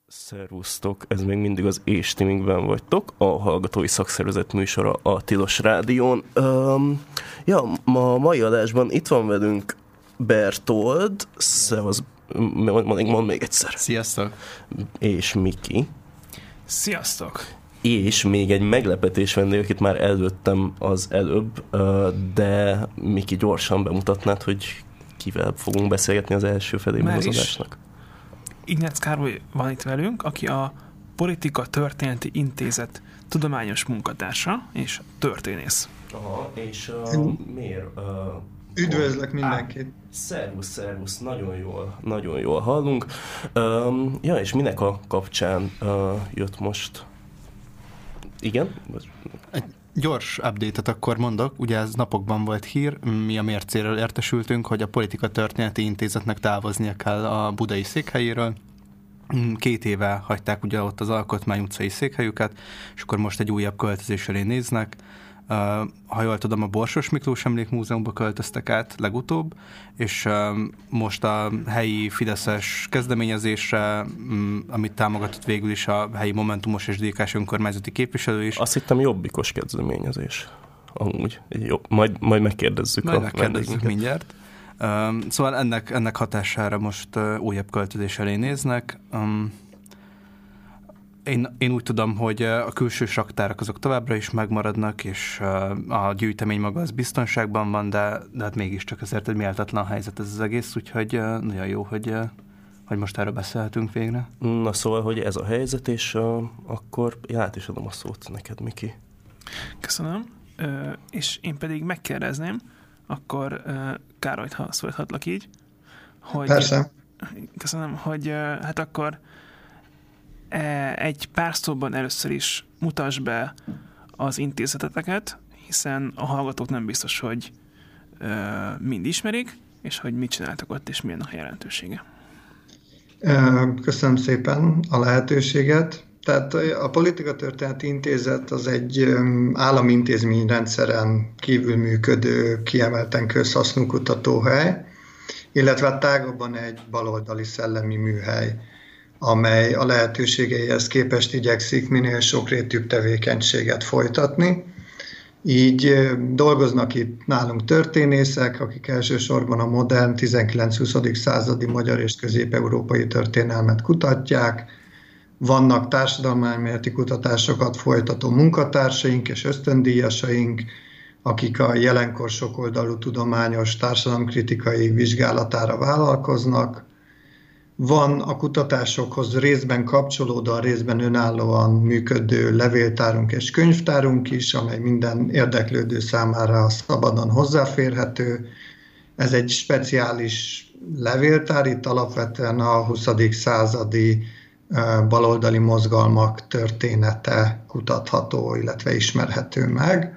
Szervusztok, ez még mindig az És-Streamingben vagytok, a Hallgatói Szakszervezet műsora a Tilos Rádión. A mai adásban itt van velünk Bertold, szevasz, mondd még egyszer. Sziasztok! És Miki. Sziasztok! És még egy meglepetés vendég, akit már előttem az előbb, de Miki, gyorsan bemutatnád, hogy kivel fogunk beszélgetni az első felében az adásnak. Ignác Károly van itt velünk, aki a Politika Történeti Intézet tudományos munkatársa és történész. Aha, és miért? Üdvözlök mindenkit! Szervusz, nagyon jól hallunk. És minek a kapcsán jött most? Igen? Egy gyors update-et akkor mondok, ugye ez napokban volt hír, mi a mércéről értesültünk, hogy a Politika Történeti Intézetnek távoznia kell a budai székhelyéről. 2 éve hagyták ugye ott az Alkotmány utcai székhelyüket, és akkor most egy újabb költözés elé néznek. Ha jól tudom, a Borsos Miklós Emlékmúzeumba költöztek át legutóbb, és most a helyi fideszes kezdeményezésre, amit támogatott végül is a helyi Momentumos és DK-s önkormányzati képviselő is. Azt hittem jobbikos kezdeményezés. Amúgy. Jó, majd megkérdezzük. Megkérdezzük mindjárt. Szóval ennek hatására most újabb költözés elé néznek. Én úgy tudom, hogy a külső raktárak azok továbbra is megmaradnak, és a gyűjtemény maga az biztonságban van, de hát mégiscsak azért egy méltatlan helyzet ez az egész, úgyhogy nagyon jó, hogy most erről beszélhetünk végre. Na szóval, hogy ez a helyzet, és akkor át is adom a szót neked, Miki. Köszönöm, és én pedig megkérdezném, akkor Károlyt, ha szólhatlak így, hogy... Persze. Köszönöm, hogy hát akkor egy pár szóban először is mutasd be az intézeteteket, hiszen a hallgatók nem biztos, hogy mind ismerik, és hogy mit csináltak ott, és milyen a jelentősége. Köszönöm szépen a lehetőséget. Tehát a Politika Történeti Intézet az egy állami intézményrendszeren kívül működő, kiemelten közhasznú kutatóhely, illetve tágabban egy baloldali szellemi műhely, amely a lehetőségeihez képest igyekszik minél sokrétűbb tevékenységet folytatni. Így dolgoznak itt nálunk történészek, akik elsősorban a modern 19-20. századi magyar és közép-európai történelmet kutatják. Vannak társadalmelméleti kutatásokat folytató munkatársaink és ösztöndíjasaink, akik a jelenkor sokoldalú tudományos társadalomkritikai vizsgálatára vállalkoznak. Van a kutatásokhoz részben kapcsolódóan, részben önállóan működő levéltárunk és könyvtárunk is, amely minden érdeklődő számára szabadon hozzáférhető. Ez egy speciális levéltár, itt alapvetően a 20. századi baloldali mozgalmak története kutatható, illetve ismerhető meg.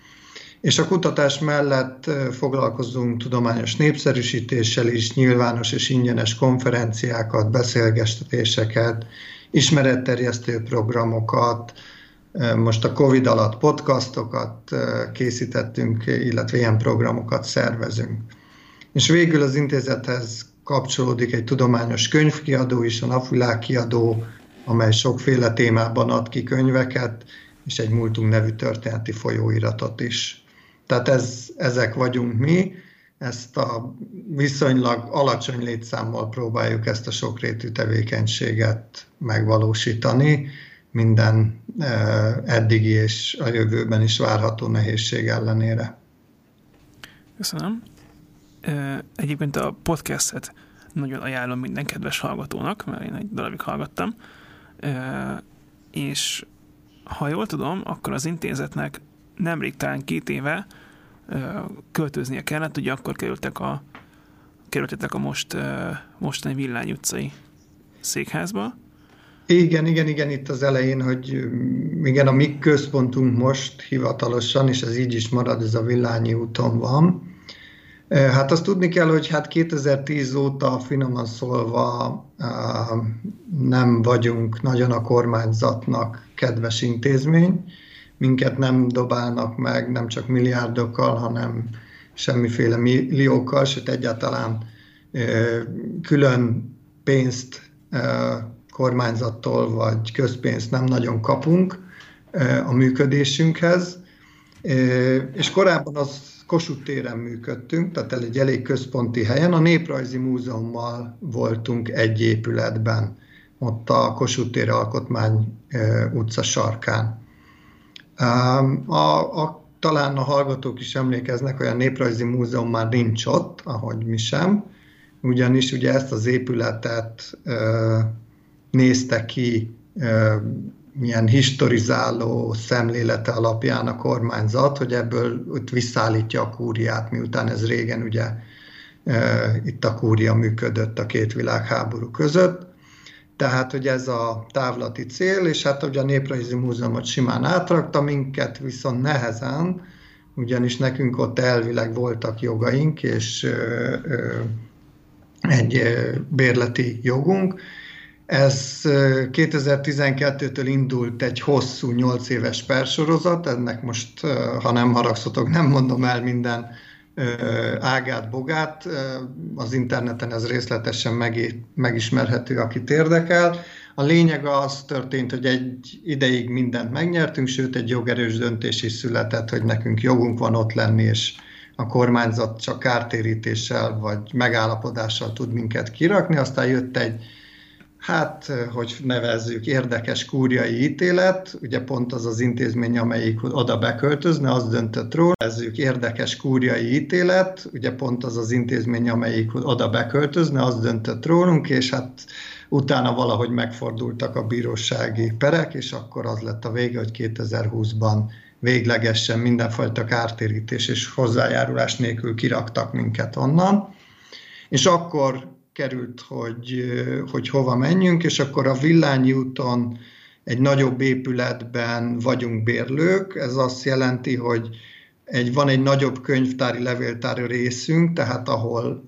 És a kutatás mellett foglalkozunk tudományos népszerűsítéssel is, nyilvános és ingyenes konferenciákat, beszélgetéseket, ismeretterjesztő programokat, most a Covid alatt podcastokat készítettünk, illetve ilyen programokat szervezünk. És végül az intézethez kapcsolódik egy tudományos könyvkiadó is, a Napvilág kiadó, amely sokféle témában ad ki könyveket, és egy Múltunk nevű történeti folyóiratot is. Tehát ezek vagyunk mi, ezt a viszonylag alacsony létszámmal próbáljuk ezt a sokrétű tevékenységet megvalósítani, minden eddigi és a jövőben is várható nehézség ellenére. Köszönöm. Egyébként a podcastet nagyon ajánlom minden kedves hallgatónak, mert én egy darabig hallgattam, és ha jól tudom, akkor az intézetnek nemrég, talán 2 éve költöznie kellett, ugye akkor kerültetek a mostani Villány utcai székházba. Igen, itt az elején, hogy igen, a mi központunk most hivatalosan, és ez így is marad, ez a Villányi úton van. Hát azt tudni kell, hogy 2010 óta finoman szólva nem vagyunk nagyon a kormányzatnak kedves intézmény. Minket nem dobálnak meg, nem csak milliárdokkal, hanem semmiféle milliókkal, sőt egyáltalán külön pénzt kormányzattól vagy közpénzt nem nagyon kapunk a működésünkhez, és korábban az Kossuth téren működtünk, tehát egy elég központi helyen, a Néprajzi Múzeummal voltunk egy épületben, ott a Kossuth tér Alkotmány utca sarkán. Talán a hallgatók is emlékeznek, hogy a Néprajzi Múzeum már nincs ott, ahogy mi sem, ugyanis ugye ezt az épületet nézte ki milyen historizáló szemlélete alapján a kormányzat, hogy ebből ott visszaállítja a kúriát, miután ez régen ugye itt a kúria működött a két világháború között. Tehát, hogy ez a távlati cél, és hát ugye a Néprajzi Múzeumot simán átrakta, minket viszont nehezen, ugyanis nekünk ott elvileg voltak jogaink, és egy bérleti jogunk. Ez 2012-től indult egy hosszú 8 éves persorozat, ennek most, ha nem haragszotok, nem mondom el minden ágát, bogát, az interneten ez részletesen megismerhető, akit érdekel. A lényeg az történt, hogy egy ideig mindent megnyertünk, sőt egy jogerős döntés is született, hogy nekünk jogunk van ott lenni, és a kormányzat csak kártérítéssel vagy megállapodással tud minket kirakni. Aztán jött egy, hogy nevezzük, érdekes kúriai ítélet, ugye pont az az intézmény, amelyik oda beköltözne, az döntött róla. Érdekes kúriai ítélet, ugye pont az az intézmény, amelyik oda beköltözne, az döntött rólunk, és hát utána valahogy megfordultak a bírósági perek, és akkor az lett a vége, hogy 2020-ban véglegesen mindenfajta kártérítés és hozzájárulás nélkül kiraktak minket onnan. És akkor került, hogy hova menjünk, és akkor a Villányi úton egy nagyobb épületben vagyunk bérlők. Ez azt jelenti, hogy van egy nagyobb könyvtári, levéltári részünk, tehát ahol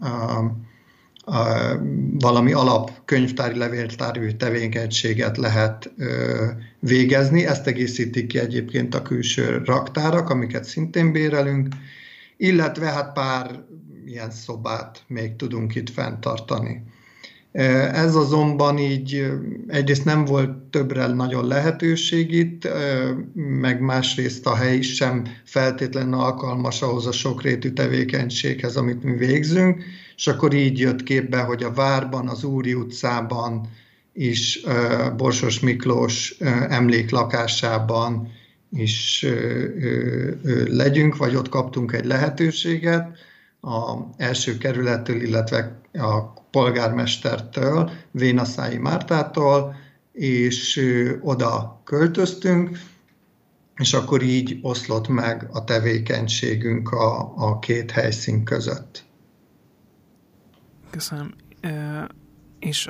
valami alap könyvtári, levéltári tevékenységet lehet végezni. Ezt egészítik ki egyébként a külső raktárak, amiket szintén bérelünk, illetve hát pár ilyen szobát még tudunk itt fenntartani. Ez azonban így egyrészt nem volt többre nagyon lehetőség itt, meg másrészt a hely sem feltétlenül alkalmas ahhoz a sokrétű tevékenységhez, amit mi végzünk, és akkor így jött képbe, hogy a várban, az Úri utcában is, Borsos Miklós emléklakásában is legyünk, vagy ott kaptunk egy lehetőséget az első kerülettől, illetve a polgármestertől, Vénaszályi Mártától, és oda költöztünk, és akkor így oszlott meg a tevékenységünk a két helyszín között. Köszönöm. És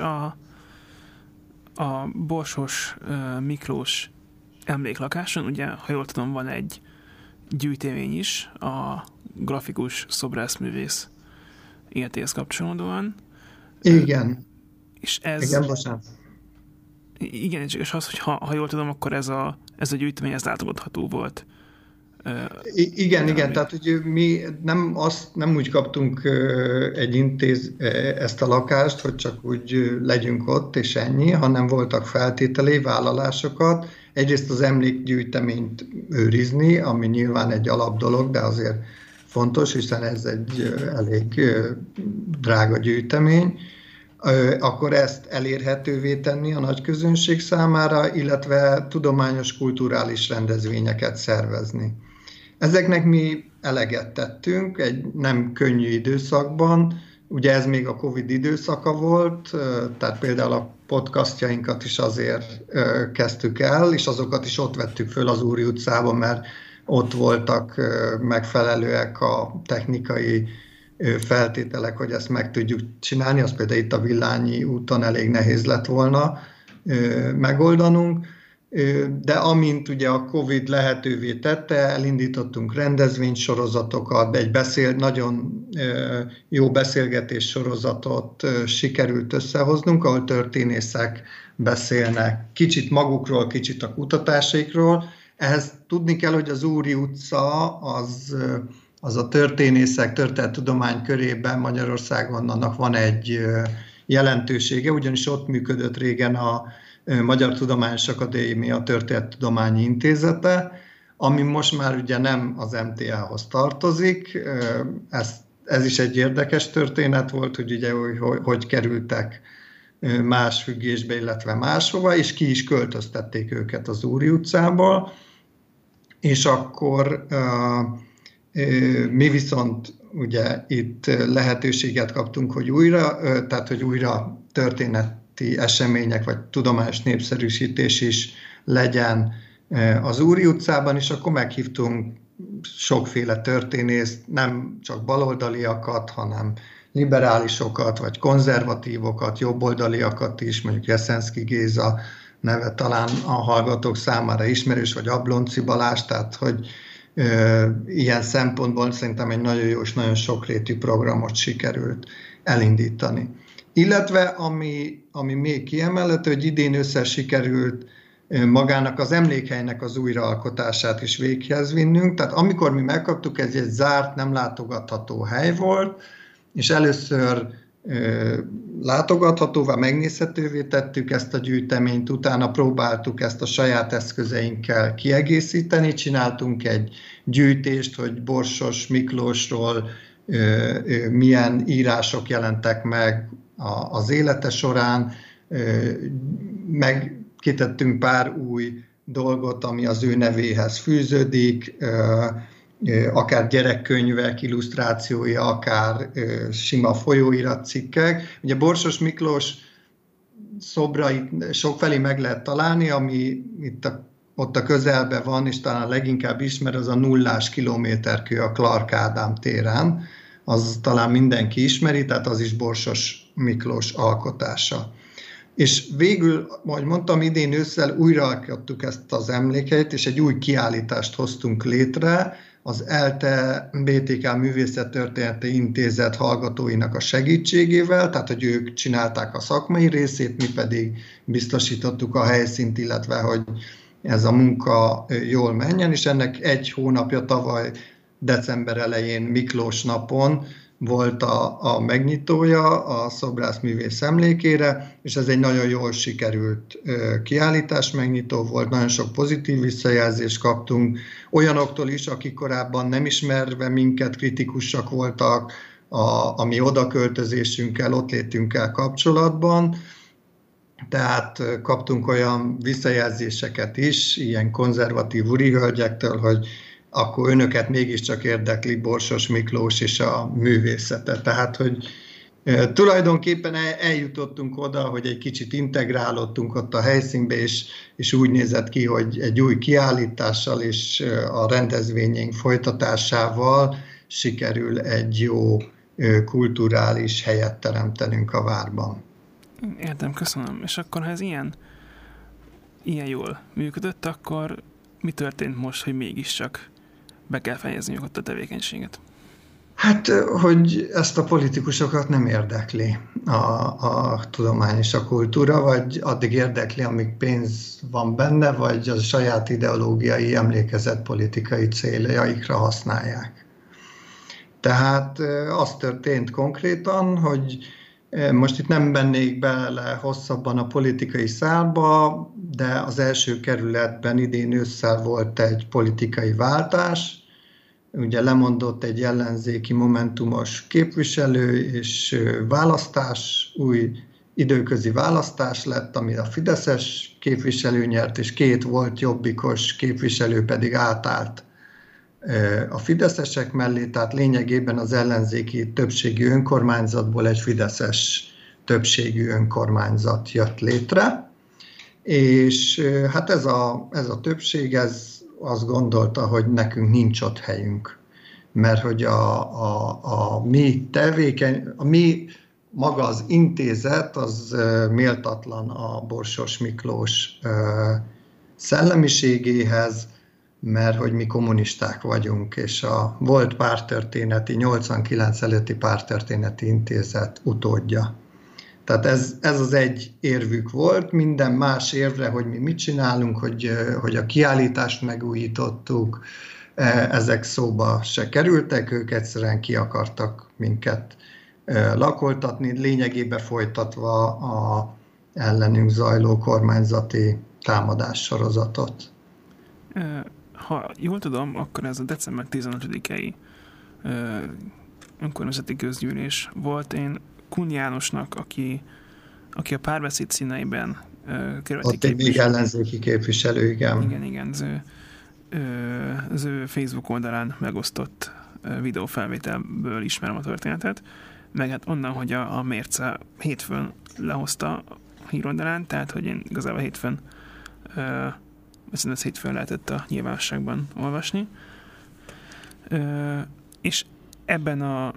a Borsos Miklós emléklakáson, ugye, ha jól tudom, van egy gyűjtemény is a grafikus szobrászművész életéhez kapcsolódóan. Igen. És ez... Igen, bocsánat. Igen, és az, hogy ha jól tudom, akkor ez a gyűjtemény, ez látogatható volt. Igen, tehát hogy mi nem úgy kaptunk ezt a lakást, hogy csak úgy legyünk ott, és ennyi, hanem voltak feltételei, vállalásokat. Egyrészt az emlékgyűjteményt őrizni, ami nyilván egy alap dolog, de azért fontos, hiszen ez egy elég drága gyűjtemény. Akkor ezt elérhetővé tenni a nagy közönség számára, illetve tudományos, kulturális rendezvényeket szervezni. Ezeknek mi eleget tettünk egy nem könnyű időszakban, ugye ez még a Covid időszaka volt, tehát például a podcastjainkat is azért kezdtük el, és azokat is ott vettük föl az Úri utcában, mert ott voltak megfelelőek a technikai feltételek, hogy ezt meg tudjuk csinálni, az például itt a Villányi úton elég nehéz lett volna megoldanunk, de amint ugye a Covid lehetővé tette, elindítottunk rendezvénysorozatokat, egy nagyon jó beszélgetés sorozatot sikerült összehoznunk, ahol történészek beszélnek kicsit magukról, kicsit a kutatásaikról. Ehhez tudni kell, hogy az Úri utca az a történészek, történettudomány körében Magyarországon annak van egy jelentősége, ugyanis ott működött régen a Magyar Tudományos Akadémia Történettudományi Intézete, ami most már ugye nem az MTA-hoz tartozik. Ez is egy érdekes történet volt, hogy ugye hogy kerültek más függésbe, illetve máshova, és ki is költöztették őket az Úri utcából, és akkor mi viszont ugye itt lehetőséget kaptunk, hogy újra történeti események, vagy tudományos népszerűsítés is legyen az Úri utcában, és akkor meghívtunk sokféle történészt, nem csak baloldaliakat, hanem liberálisokat, vagy konzervatívokat, jobboldaliakat is, mondjuk Jeszenszky Géza neve talán a hallgatók számára ismerős, vagy Ablonczy Balázs, tehát hogy ilyen szempontból szerintem egy nagyon jó és nagyon sokrétű programot sikerült elindítani. Illetve, ami még kiemelhető, hogy idén össze sikerült magának az emlékhelynek az újraalkotását is véghez vinnünk. Tehát amikor mi megkaptuk, ez egy zárt, nem látogatható hely volt, és először látogathatóvá, megnézhetővé tettük ezt a gyűjteményt, utána próbáltuk ezt a saját eszközeinkkel kiegészíteni, csináltunk egy gyűjtést, hogy Borsos Miklósról milyen írások jelentek meg az élete során, kitettünk pár új dolgot, ami az ő nevéhez fűződik, akár gyerekkönyvek illusztrációja, akár sima folyóiratcikkek. Ugye Borsos Miklós szobrait sokfelé meg lehet találni, ami ott a közelben van, és talán leginkább ismer, az a 0 kilométerkő a Clark Ádám téren. Az talán mindenki ismeri, tehát az is Borsos Miklós alkotása. És végül, ahogy mondtam, idén ősszel újraalkottuk ezt az emlékhelyet, és egy új kiállítást hoztunk létre, az ELTE BTK Művészettörténeti Intézet hallgatóinak a segítségével, tehát hogy ők csinálták a szakmai részét, mi pedig biztosítottuk a helyszínt, illetve hogy ez a munka jól menjen, és ennek egy hónapja tavaly december elején Miklós napon volt a megnyitója a szobrászművész emlékére, és ez egy nagyon jól sikerült kiállítás megnyitó volt, nagyon sok pozitív visszajelzést kaptunk, olyanoktól is, akik korábban nem ismerve minket, kritikusak voltak a mi odaköltözésünkkel, ott létünkkel kapcsolatban, tehát kaptunk olyan visszajelzéseket is, ilyen konzervatív úrihölgyektől, hogy akkor önöket mégiscsak érdekli Borsos Miklós és a művészete. Tehát, hogy tulajdonképpen eljutottunk oda, hogy egy kicsit integrálódtunk ott a helyszínbe, és úgy nézett ki, hogy egy új kiállítással és a rendezvényünk folytatásával sikerül egy jó kulturális helyet teremtenünk a várban. Értem, köszönöm. És akkor, ha ez ilyen jól működött, akkor mi történt most, hogy mégiscsak be kell fejezniük ott a tevékenységet? Hát, hogy ezt a politikusokat nem érdekli a tudomány és a kultúra, vagy addig érdekli, amíg pénz van benne, vagy a saját ideológiai emlékezett politikai céljaikra használják. Tehát az történt konkrétan, hogy most itt nem mennék bele hosszabban a politikai szálba, de az első kerületben idén ősszel volt egy politikai váltás. Ugye lemondott egy ellenzéki momentumos képviselő, és választás, új időközi választás lett, ami a fideszes képviselő nyert, és 2 volt jobbikos képviselő pedig átállt a fideszesek mellé, tehát lényegében az ellenzéki többségű önkormányzatból egy fideszes többségű önkormányzat jött létre, és hát ez a többség, ez azt gondolta, hogy nekünk nincs ott helyünk, mert hogy a mi maga az intézet, az méltatlan a Borsos Miklós szellemiségéhez, mert hogy mi kommunisták vagyunk, és a volt párttörténeti, 89 előtti párttörténeti intézet utódja. Tehát ez az egy érvük volt, minden más érvre, hogy mi mit csinálunk, hogy a kiállítást megújítottuk, ezek szóba se kerültek, ők egyszerűen ki akartak minket lakoltatni, lényegében folytatva a ellenünk zajló kormányzati támadás sorozatot. Ha jól tudom, akkor ez a december 15-i önkormányzati közgyűlés volt. Én Kun Jánosnak, aki a Párbeszéd színeiben kerületi ott egy még ellenzéki képviselő, igen. Igen, az ő Facebook oldalán megosztott videófelvételből ismerem a történetet, meg hát onnan, hogy a Mérce hétfőn lehozta a híroldalán, tehát hogy én igazából hétfőn lehetett a nyilvánosságban olvasni. És ebben a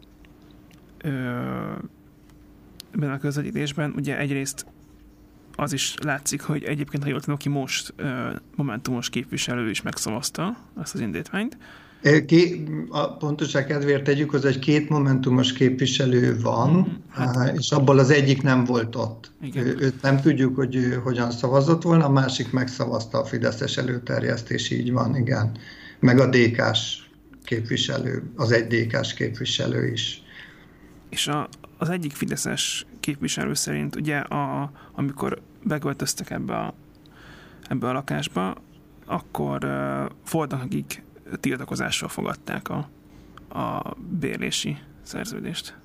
közvetítésben ugye egyrészt az is látszik, hogy egyébként, ha jól tudom, aki most momentumos képviselő is megszavazta ezt az indítványt. A pontoság kedvéért tegyük hozzá, hogy 2 momentumos képviselő van, és abból az egyik nem volt ott. Őt nem tudjuk, hogy ő hogyan szavazott volna, a másik megszavazta a fideszes előterjesztés, így van, igen. Meg a DK-s képviselő, az egy DK-s képviselő is. És az egyik fideszes képviselő szerint, ugye, amikor beköltöztek ebbe a lakásba, akkor voltak, akik tiltakozással fogadták a bérlési szerződést.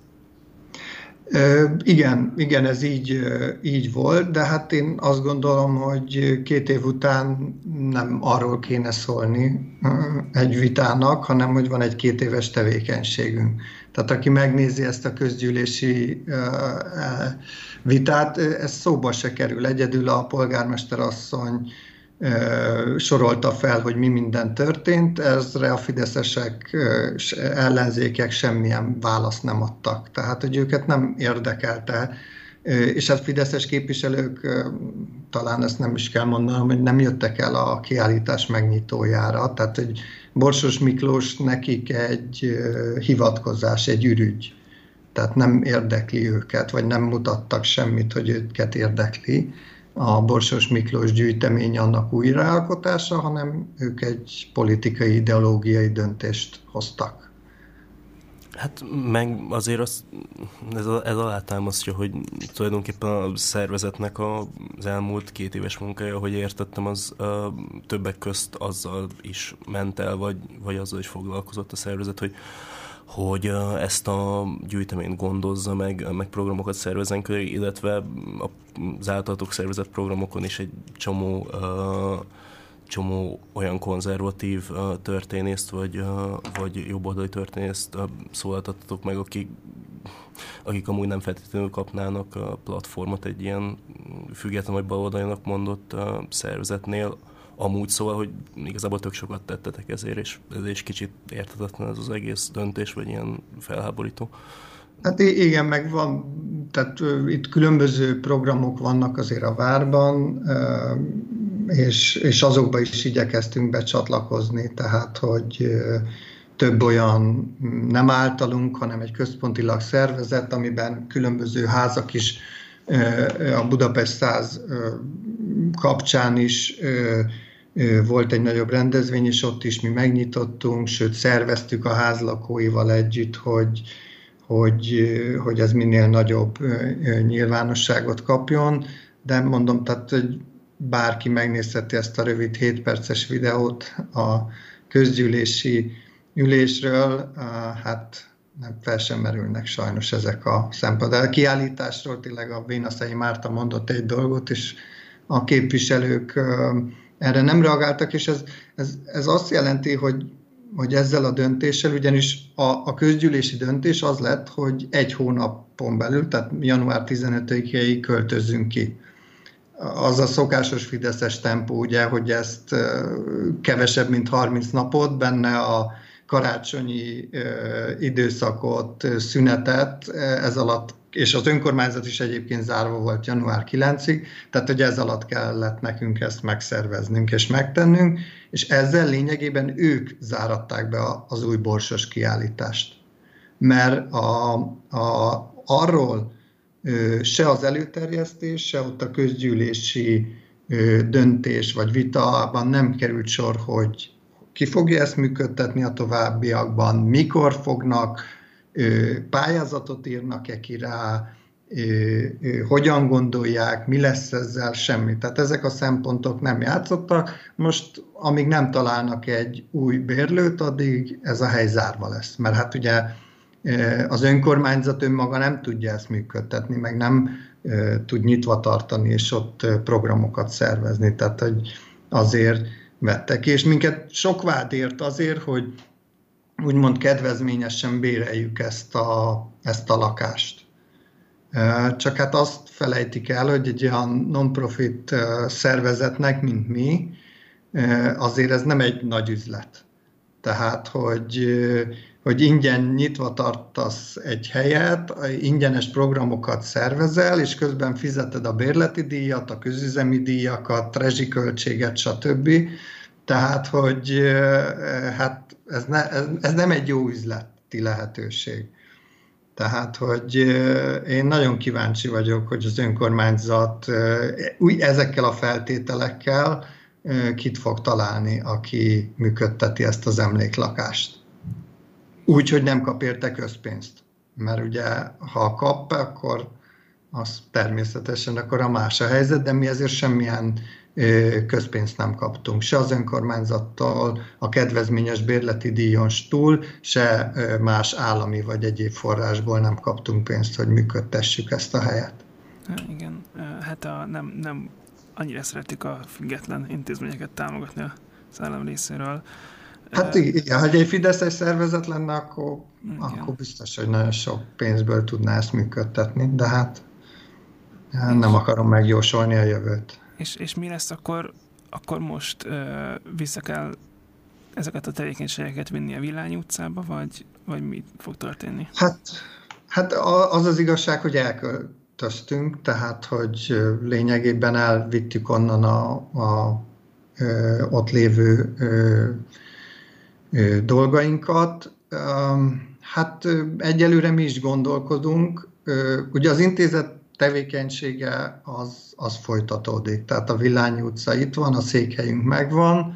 Igen, ez így volt, de hát én azt gondolom, hogy 2 év után nem arról kéne szólni egy vitának, hanem hogy van egy 2 éves tevékenységünk. Tehát aki megnézi ezt a közgyűlési vitát, ez szóba se kerül. Egyedül a polgármester asszony sorolta fel, hogy mi minden történt, ezre a fideszesek, ellenzékek semmilyen választ nem adtak. Tehát, hogy őket nem érdekelte. És hát fideszes képviselők, talán ezt nem is kell mondanom, hogy nem jöttek el a kiállítás megnyitójára. Tehát, hogy Borsos Miklós nekik egy hivatkozás, egy ürügy. Tehát nem érdekli őket, vagy nem mutattak semmit, hogy őket érdekli a Borsos Miklós gyűjtemény annak újraalkotása, hanem ők egy politikai, ideológiai döntést hoztak. Hát meg azért ez alátámasztja, hogy tulajdonképpen a szervezetnek az elmúlt 2 éves munkája, hogy értettem, az többek közt azzal is ment el, vagy azzal is foglalkozott a szervezet, hogy ezt a gyűjteményt gondozza meg programokat szervezzen köré, illetve az általatok szervezett programokon is egy csomó olyan konzervatív történészt, vagy jobboldali történészt szólaltattatok meg, akik amúgy nem feltétlenül kapnának a platformot egy ilyen független vagy baloldalinak mondott szervezetnél. Amúgy szóval, hogy igazából tök sokat tettetek ezért, és ez is kicsit érthetetlen ez az egész döntés, vagy ilyen felháborító. Hát igen, meg van, tehát itt különböző programok vannak azért a várban, és azokba is igyekeztünk becsatlakozni, tehát hogy több olyan nem általunk, hanem egy központilag szervezet, amiben különböző házak is a Budapest 100 kapcsán is volt egy nagyobb rendezvény, és ott is mi megnyitottunk, sőt szerveztük a házlakóival együtt, hogy ez minél nagyobb nyilvánosságot kapjon, de mondom, tehát hogy bárki megnézheti ezt a rövid 7 perces videót a közgyűlési ülésről, hát nem fel sem merülnek sajnos ezek a szempontok. A kiállításról tényleg a Vénaszei Márta mondott egy dolgot, és a képviselők erre nem reagáltak, és ez azt jelenti, hogy ezzel a döntéssel, ugyanis a közgyűlési döntés az lett, hogy 1 hónapon belül, tehát január 15-ig költözzünk ki. Az a szokásos fideszes tempó, ugye, hogy ezt kevesebb, mint 30 napot, benne a karácsonyi időszakot, szünetet, ez alatt, és az önkormányzat is egyébként zárva volt január 9-ig, tehát hogy ez alatt kellett nekünk ezt megszerveznünk és megtennünk, és ezzel lényegében ők záratták be az új borsos kiállítást. Mert arról se az előterjesztés, se ott a közgyűlési döntés vagy vitában nem került sor, hogy ki fogja ezt működtetni a továbbiakban, mikor fognak pályázatot írnak-e ki rá, hogyan gondolják, mi lesz ezzel, semmi. Tehát ezek a szempontok nem játszottak. Most, amíg nem találnak egy új bérlőt, addig ez a hely zárva lesz. Mert hát ugye az önkormányzat önmaga nem tudja ezt működtetni, meg nem tud nyitva tartani, és ott programokat szervezni. Tehát, hogy azért vettek. És minket sok vád ért azért, hogy úgymond kedvezményesen béreljük ezt a lakást. Csak hát azt felejtik el, hogy egy olyan non-profit szervezetnek, mint mi, azért ez nem egy nagy üzlet. Tehát, hogy ingyen nyitva tartasz egy helyet, ingyenes programokat szervezel, és közben fizeted a bérleti díjat, a közüzemi díjakat, rezsiköltséget, stb. Tehát, hogy hát ez nem egy jó üzleti lehetőség. Tehát, hogy én nagyon kíváncsi vagyok, hogy az önkormányzat ezekkel a feltételekkel kit fog találni, aki működteti ezt az emléklakást. Úgy, hogy nem kap érte közpénzt. Mert ugye, ha kap, akkor az természetesen akkor a más a helyzet, de mi ezért semmilyen közpénzt nem kaptunk. Se az önkormányzattól, a kedvezményes bérleti díjon túl, se más állami vagy egyéb forrásból nem kaptunk pénzt, hogy működtessük ezt a helyet. Igen, hát nem annyira szeretik a független intézményeket támogatni az állam részéről. Hát igen, ha egy fideszes szervezet lenne, akkor biztos, hogy nagyon sok pénzből tudná ezt működtetni, de hát nem akarom megjósolni a jövőt. És mi lesz akkor most vissza kell ezeket a tevékenységeket vinni a Villányi utcába, vagy mi fog történni? Hát az az igazság, hogy elköltöztünk, tehát hogy lényegében elvittük onnan a ott lévő dolgainkat. Hát egyelőre mi is gondolkodunk. Ugye az intézet tevékenysége az folytatódik. Tehát a Villányi utca itt van, a székhelyünk megvan.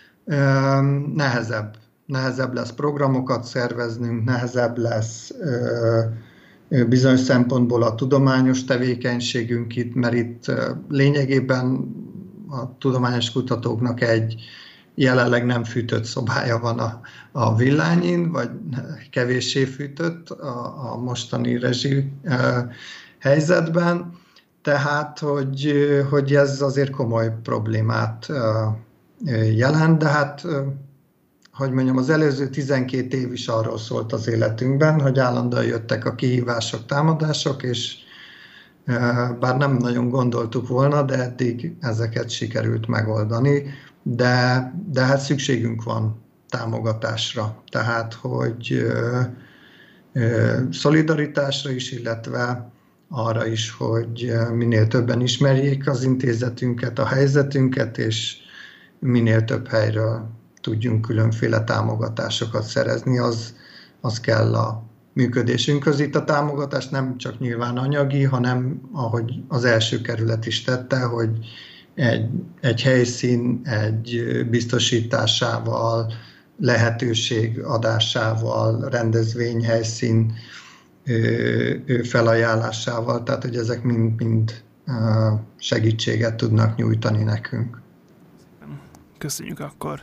Nehezebb lesz programokat szerveznünk, nehezebb lesz bizonyos szempontból a tudományos tevékenységünk itt, mert itt lényegében a tudományos kutatóknak egy jelenleg nem fűtött szobája van a Villányin, vagy kevéssé fűtött a mostani rezsi helyzetben, tehát, hogy ez azért komoly problémát jelent, de hát, hogy mondjam, az előző 12 év is arról szólt az életünkben, hogy állandóan jöttek a kihívások, támadások, és bár nem nagyon gondoltuk volna, de eddig ezeket sikerült megoldani, de hát szükségünk van támogatásra, tehát, hogy szolidaritásra is, illetve arra is, hogy minél többen ismerjék az intézetünket, a helyzetünket, és minél több helyről tudjunk különféle támogatásokat szerezni, az kell a működésünkhöz. Itt a támogatás nem csak nyilván anyagi, hanem ahogy az első kerület is tette, hogy egy helyszín, egy biztosításával, lehetőség adásával, rendezvényhelyszín felajánlásával, tehát hogy ezek mind segítséget tudnak nyújtani nekünk. Köszönjük akkor,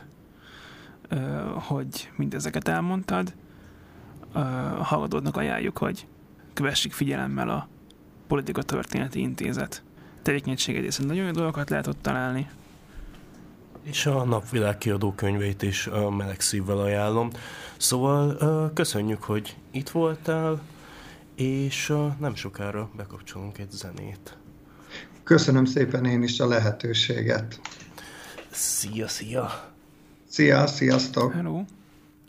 hogy mindezeket elmondtad. A hallgatóknak ajánljuk, hogy kövessék figyelemmel a Politika Történeti Intézet tevékenységét, hiszen nagyon jó dolgokat lehet ott találni. És a Napvilág kiadó könyveit is meleg szívvel ajánlom. Szóval köszönjük, hogy itt voltál, és nem sokára bekapcsolunk egy zenét. Köszönöm szépen én is a lehetőséget. Szia! Sziasztok! Hello!